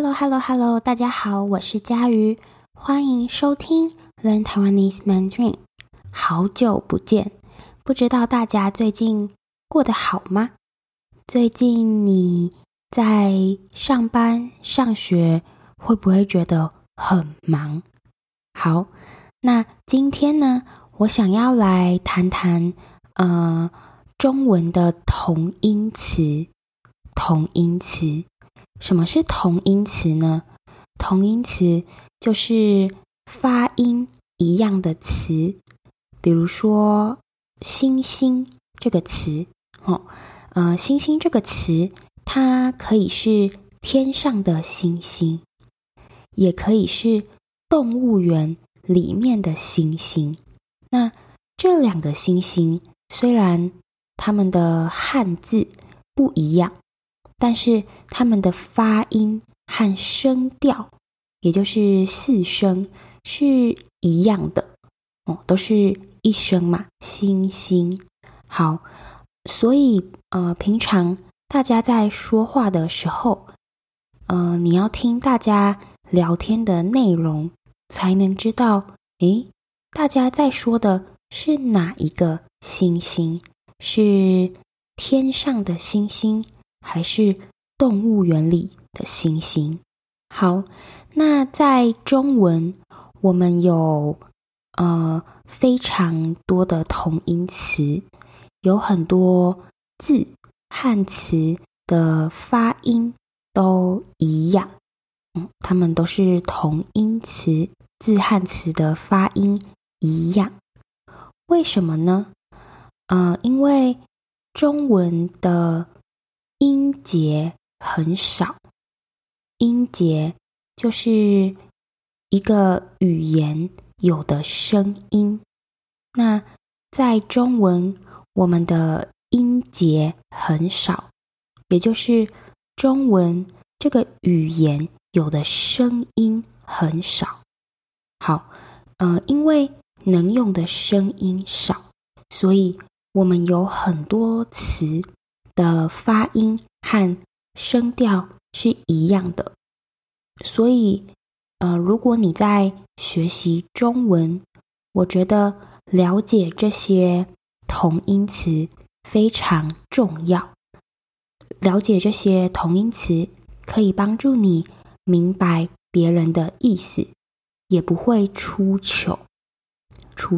Hello，大家好，我是佳瑜，欢迎收听 Learn Taiwanese Mandarin。好久不见，不知道大家最近过得好吗？最近你在上班、上学，会不会觉得很忙？好，那今天呢，我想要来谈谈中文的同音词。同音词，什么是同音词呢？同音词就是发音一样的词，比如说星星这个词，星星这个词，它可以是天上的星星，也可以是动物园里面的星星。那这两个星星虽然它们的汉字不一样，但是它们的发音和声调，也就是四声是一样的都是一声嘛，星星。好，所以平常大家在说话的时候，你要听大家聊天的内容，才能知道，大家在说的是哪一个星星？是天上的星星，还是动物园里的星星？好，那在中文，我们有非常多的同音词，有很多字和词的发音都一样，它们都是同音词，字和词的发音一样。为什么呢？因为中文的音节很少，音节就是一个语言有的声音。那在中文，我们的音节很少，也就是中文这个语言有的声音很少。好，因为能用的声音少，所以我们有很多词的发音和声调是一样的。所以如果你在学习中文，我觉得了解这些同音词非常重要。了解这些同音词可以帮助你明白别人的意思，也不会出糗。出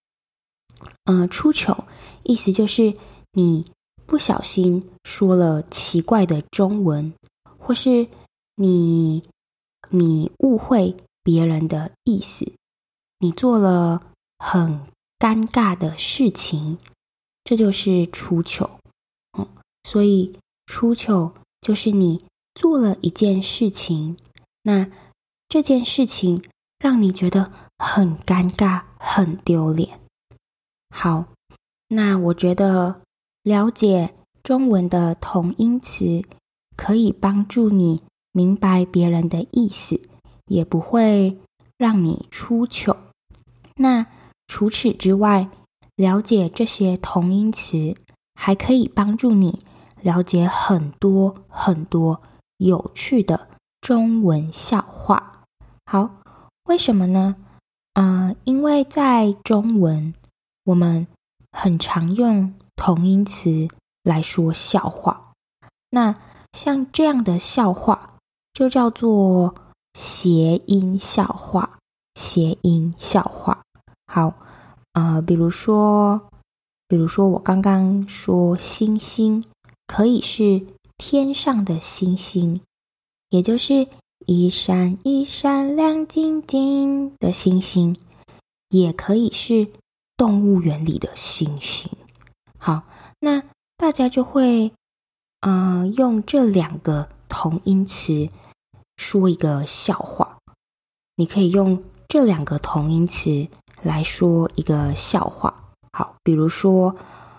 糗意思就是你不小心说了奇怪的中文，或是你误会别人的意思，你做了很尴尬的事情，这就是出糗。所以出糗就是你做了一件事情，那这件事情让你觉得很尴尬、很丢脸。好，那我觉得了解中文的同音词可以帮助你明白别人的意思，也不会让你出糗。那除此之外，了解这些同音词还可以帮助你了解很多很多有趣的中文笑话。好，为什么呢？因为在中文，我们很常用同音词来说笑话。那像这样的笑话就叫做谐音笑话。谐音笑话。好，比如说我刚刚说星星可以是天上的星星，也就是一闪一闪亮晶晶的星星，也可以是动物园里的星星。好，那大家就会用这两个同音词说一个笑话。你可以用这两个同音词来说一个笑话。好，比如说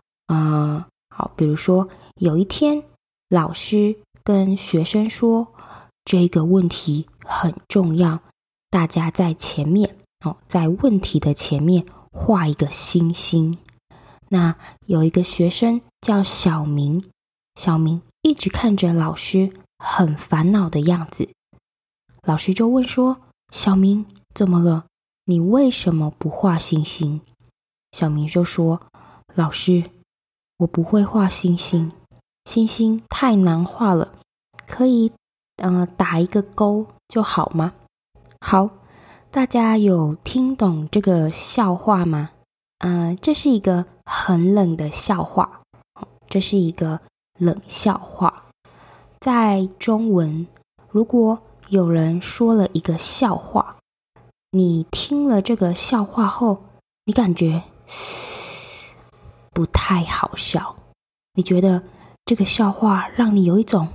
有一天老师跟学生说，这个问题很重要，大家在前面在问题的前面画一个星星。那有一个学生叫小明，小明一直看着老师很烦恼的样子， 老师就问说：小明，怎么了？你为什么不画星星？小明就说：老师，我不会画星星，星星太难画了，可以打一个勾就好吗？好，大家有听懂这个笑话吗？这是一个很冷的笑话，这是一个冷笑话。在中文，如果有人说了一个笑话，你听了这个笑话后，你感觉不太好笑，你觉得这个笑话让你有一种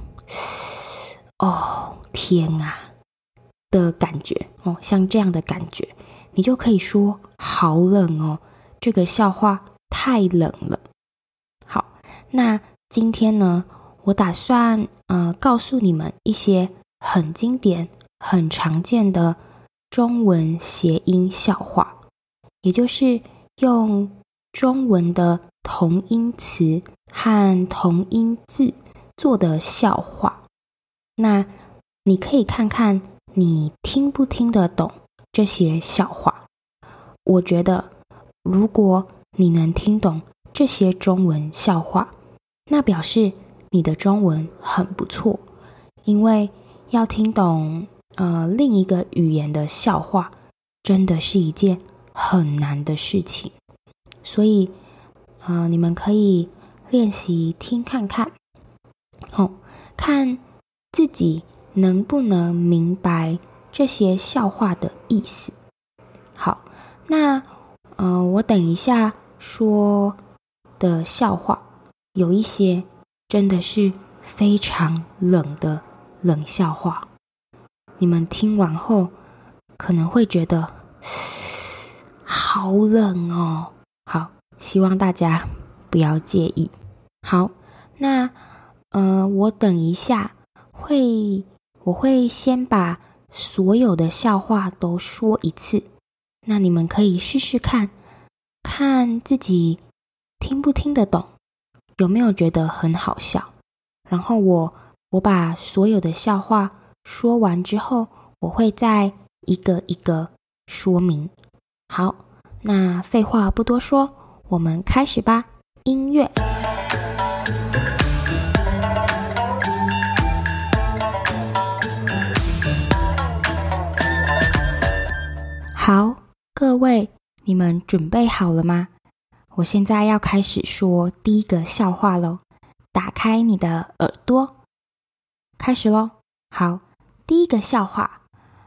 天啊的感觉像这样的感觉，你就可以说好冷哦，这个笑话太冷了。好，那今天呢，我打算告诉你们一些很经典、很常见的中文谐音笑话，也就是用中文的同音词和同音字做的笑话。那你可以看看你听不听得懂这些笑话。我觉得如果你能听懂这些中文笑话，那表示你的中文很不错，因为要听懂另一个语言的笑话真的是一件很难的事情。所以你们可以练习听看看，看自己能不能明白这些笑话的意思。好，那我等一下说的笑话有一些真的是非常冷的冷笑话，你们听完后可能会觉得好冷哦。好，希望大家不要介意。好，那我等一下我会先把所有的笑话都说一次，那你们可以试试看，看自己听不听得懂，有没有觉得很好笑。然后我把所有的笑话说完之后，我会再一个一个说明。好，那废话不多说，我们开始吧。音乐。好，各位，你们准备好了吗？我现在要开始说第一个笑话咯，打开你的耳朵，开始咯。好，第一个笑话，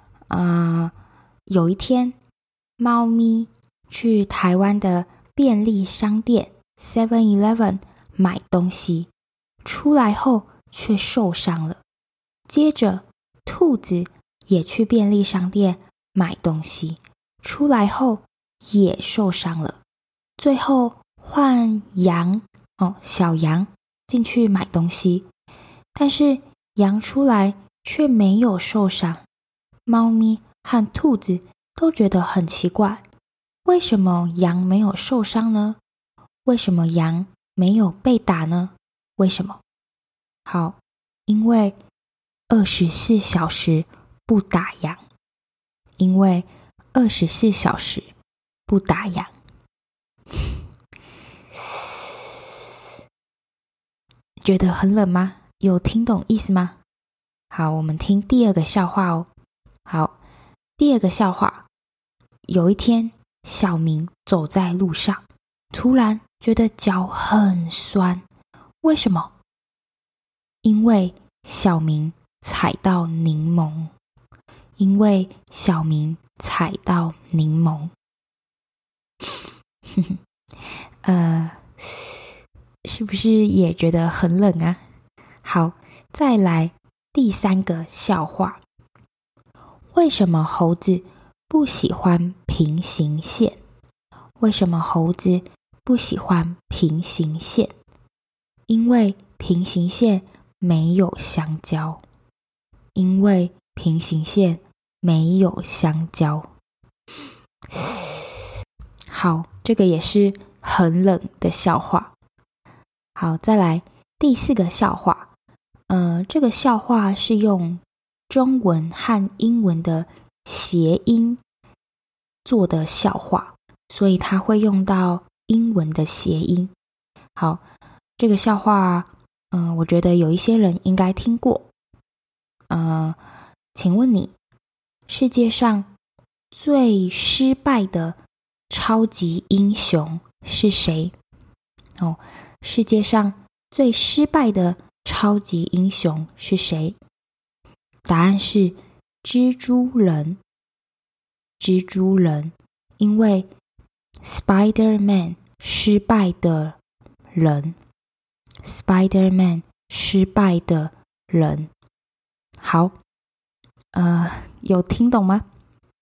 有一天，猫咪去台湾的便利商店 7-Eleven 买东西，出来后却受伤了。接着，兔子也去便利商店买东西，出来后也受伤了。最后换羊小羊进去买东西，但是羊出来却没有受伤。猫咪和兔子都觉得很奇怪，为什么羊没有受伤呢？为什么羊没有被打呢？为什么？好，因为24小时不打烊，因为24小时不打烊。觉得很冷吗？有听懂意思吗？好，我们听第二个笑话哦。好，第二个笑话，有一天，小明走在路上，突然觉得脚很酸，为什么？因为小明踩到柠檬，因为小明踩到柠檬。是不是也觉得很冷啊？好，再来第三个笑话。为什么猴子不喜欢平行线？为什么猴子不喜欢平行线？因为平行线没有香蕉。因为平行线没有香蕉。好，这个也是很冷的笑话。好，再来第四个笑话。这个笑话是用中文和英文的谐音做的笑话，所以他会用到英文的谐音。好，这个笑话我觉得有一些人应该听过。请问你，世界上最失败的超级英雄是谁？世界上最失败的超级英雄是谁？答案是蜘蛛人。蜘蛛人，因为 Spider-Man 失败的人。Spider-Man 失败的人。好，有听懂吗？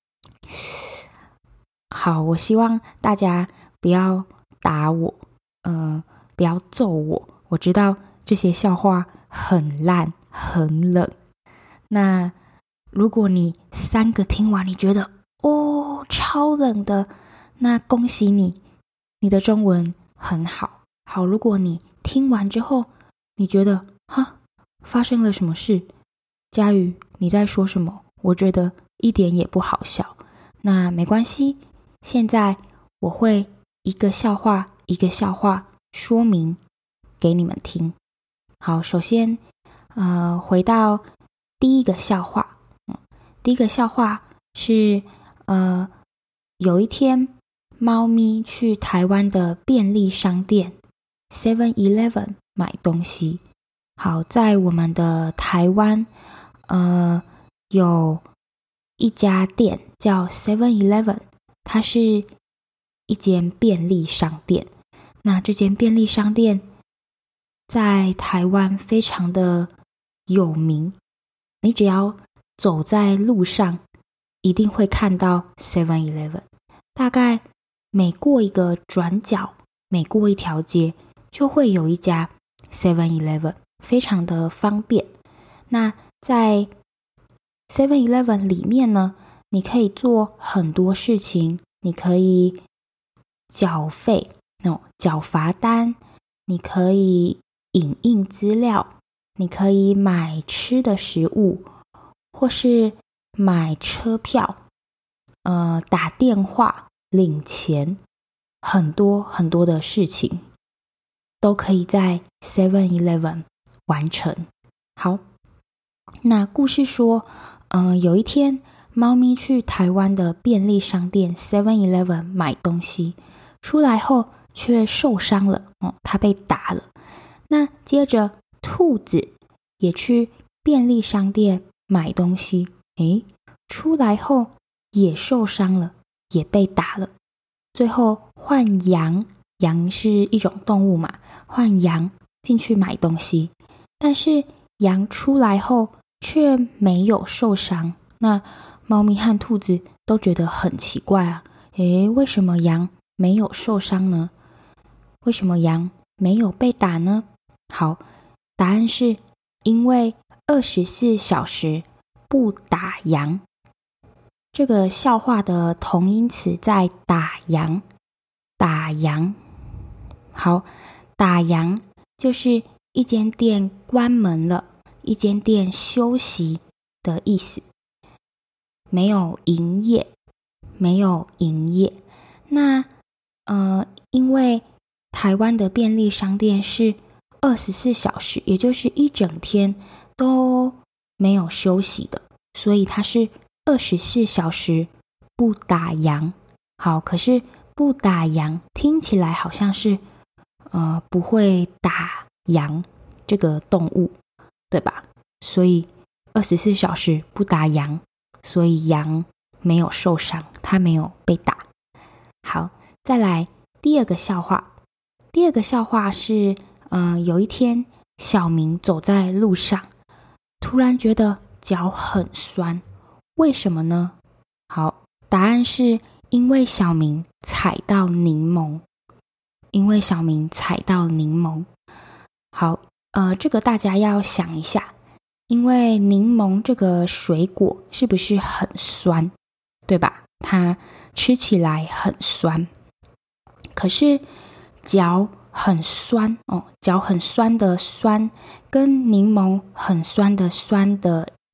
好，我希望大家不要打我，不要揍我。我知道这些笑话很烂很冷。那如果你3个听完，你觉得超冷的，那恭喜你，你的中文很好。好，如果你听完之后，你觉得发生了什么事？佳瑜，你在说什么？我觉得一点也不好笑。那没关系，现在我会一个笑话一个笑话说明给你们听。好，首先回到第一个笑话。第一个笑话是有一天猫咪去台湾的便利商店 7-Eleven 买东西。好，在我们的台湾有一家店叫 7-Eleven， 它是一间便利商店。那这间便利商店在台湾非常的有名，你只要走在路上一定会看到 7-Eleven， 大概每过一个转角，每过一条街就会有一家 7-Eleven， 非常的方便。那在 7-Eleven 里面呢，你可以做很多事情，你可以缴费，缴罚单，你可以影印资料，你可以买吃的食物，或是买车票，打电话，领钱，很多很多的事情都可以在 7-Eleven 完成。好，那故事说有一天猫咪去台湾的便利商店 7-Eleven 买东西，出来后却受伤了，它被打了。那接着兔子也去便利商店买东西，出来后也受伤了，也被打了。最后换羊，羊是一种动物嘛，换羊进去买东西，但是羊出来后却没有受伤。那猫咪和兔子都觉得很奇怪啊，为什么羊没有受伤呢？为什么羊没有被打呢？好，答案是因为24小时不打烊。这个笑话的同音词在打烊，打烊。好，打烊就是一间店关门了，一间店休息的意思，没有营业，没有营业。那因为台湾的便利商店是24小时，也就是一整天都没有休息的，所以它是24小时不打烊。好，可是不打烊听起来好像是不会打烊这个动物，对吧？所以24小时不打烊，所以羊没有受伤，它没有被打。好，再来第二个笑话。第二个笑话是有一天小明走在路上，突然觉得脚很酸，为什么呢？好，答案是因为小明踩到柠檬。因为小明踩到柠檬。好，这个大家要想一下，因为柠檬这个水果是不是很酸，对吧？它吃起来很酸。可是脚很酸脚很酸的酸跟柠檬很酸的酸的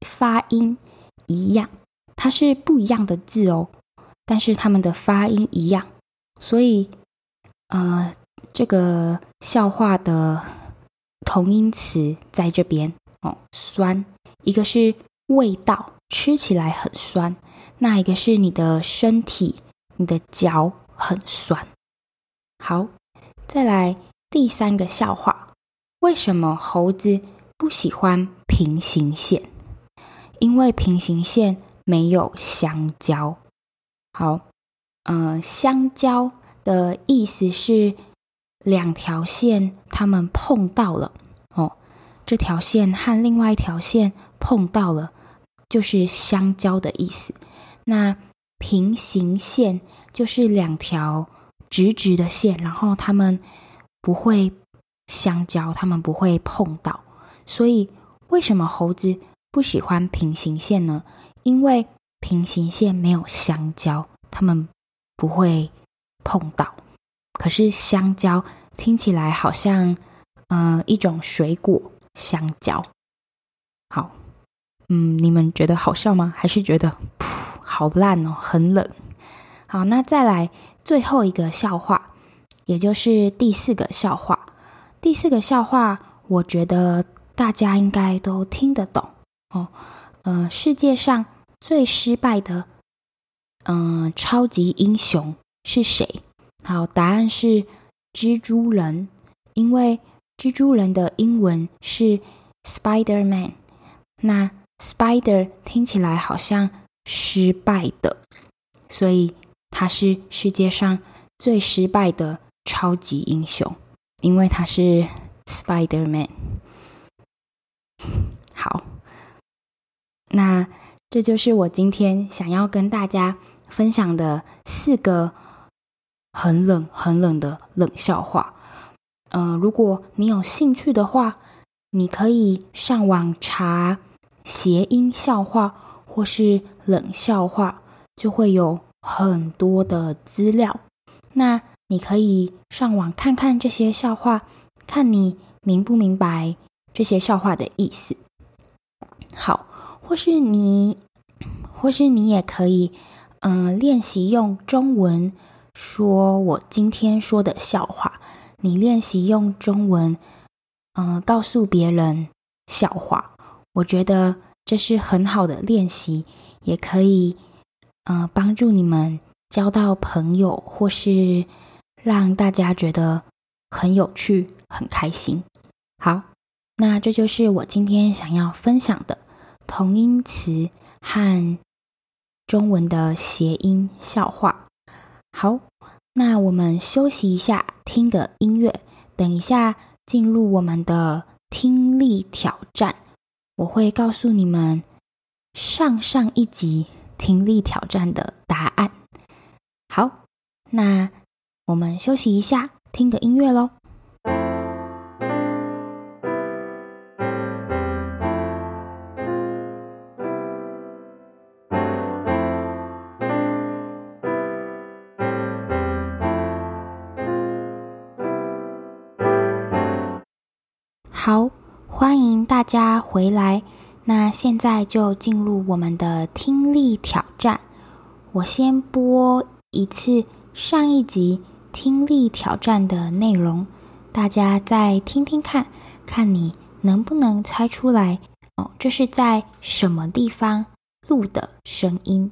发音一样，它是不一样的字哦，但是它们的发音一样，所以这个笑话的同音词在这边哦，酸，一个是味道，吃起来很酸，那一个是你的身体，你的脚很酸。好，再来第3个笑话，为什么猴子不喜欢平行线？因为平行线没有相交。好，相交的意思是2条线它们碰到了哦，这条线和另外一条线碰到了，就是相交的意思。那平行线就是2条直直的线，然后它们不会相交，它们不会碰到。所以为什么猴子不喜欢平行线呢？因为平行线没有相交，它们不会碰到。可是香蕉听起来好像一种水果，香蕉。好，你们觉得好笑吗？还是觉得好烂哦，很冷？好，那再来最后一个笑话，也就是第4个笑话。第4个笑话，我觉得大家应该都听得懂哦。世界上最失败的超级英雄是谁？好，答案是蜘蛛人，因为蜘蛛人的英文是 Spider-Man， 那 Spider 听起来好像失败的，所以他是世界上最失败的超级英雄，因为他是 Spider-Man。 好，那这就是我今天想要跟大家分享的4个很冷很冷的冷笑话。如果你有兴趣的话，你可以上网查谐音笑话或是冷笑话，就会有很多的资料。那你可以上网看看这些笑话，看你明不明白这些笑话的意思。好，或是你也可以练习用中文说我今天说的笑话，你练习用中文告诉别人笑话，我觉得这是很好的练习，也可以帮助你们交到朋友，或是让大家觉得很有趣很开心。好，那这就是我今天想要分享的同音词和中文的谐音笑话。好，那我们休息一下，听个音乐，等一下进入我们的听力挑战，我会告诉你们上一集听力挑战的答案。好，那我们休息一下，听个音乐咯。好，欢迎大家回来。那现在就进入我们的听力挑战。我先播一次上一集听力挑战的内容，大家再听听看，看你能不能猜出来这是在什么地方录的声音。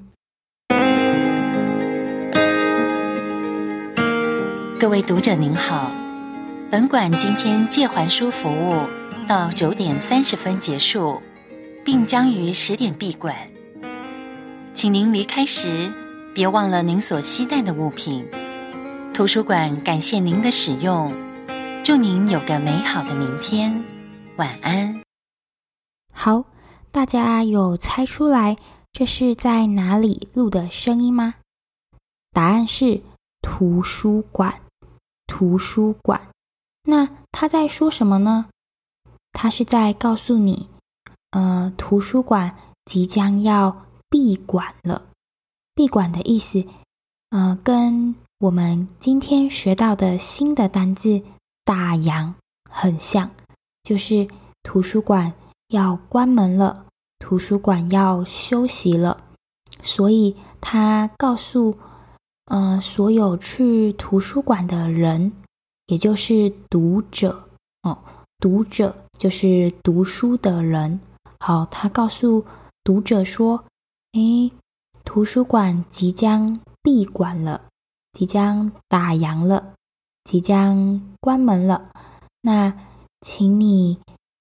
各位读者您好，本馆今天借还书服务到9点30分结束，并将于10点闭馆。请您离开时别忘了您所携带的物品。图书馆感谢您的使用，祝您有个美好的明天，晚安。 好，大家有猜出来这是在哪里录的声音吗？答案是图书馆。图书馆，那他在说什么呢？他是在告诉你图书馆即将要闭馆了。闭馆的意思跟我们今天学到的新的单字打烊很像，就是图书馆要关门了， 图书馆要休息了，所以他告诉所有去图书馆的人，也就是读者读者就是读书的人。好，他告诉读者说，图书馆即将闭馆了，即将打烊了，即将关门了。那请你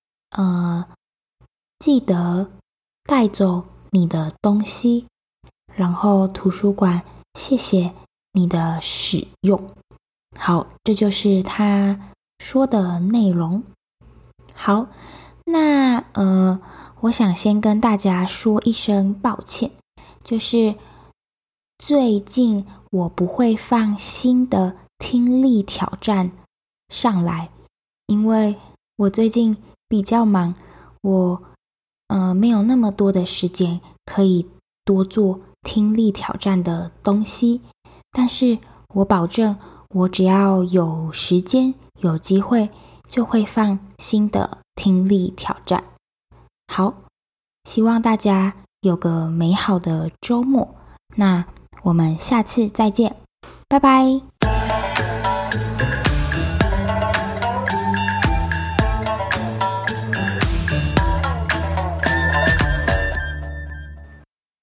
记得带走你的东西，然后图书馆谢谢你的使用。好，这就是他说的内容。好，那我想先跟大家说一声抱歉，就是最近我不会放新的听力挑战上来，因为我最近比较忙，我没有那么多的时间可以多做听力挑战的东西，但是我保证我只要有时间有机会就会放新的听力挑战。好，希望大家有个美好的周末，那我们下次再见，拜拜。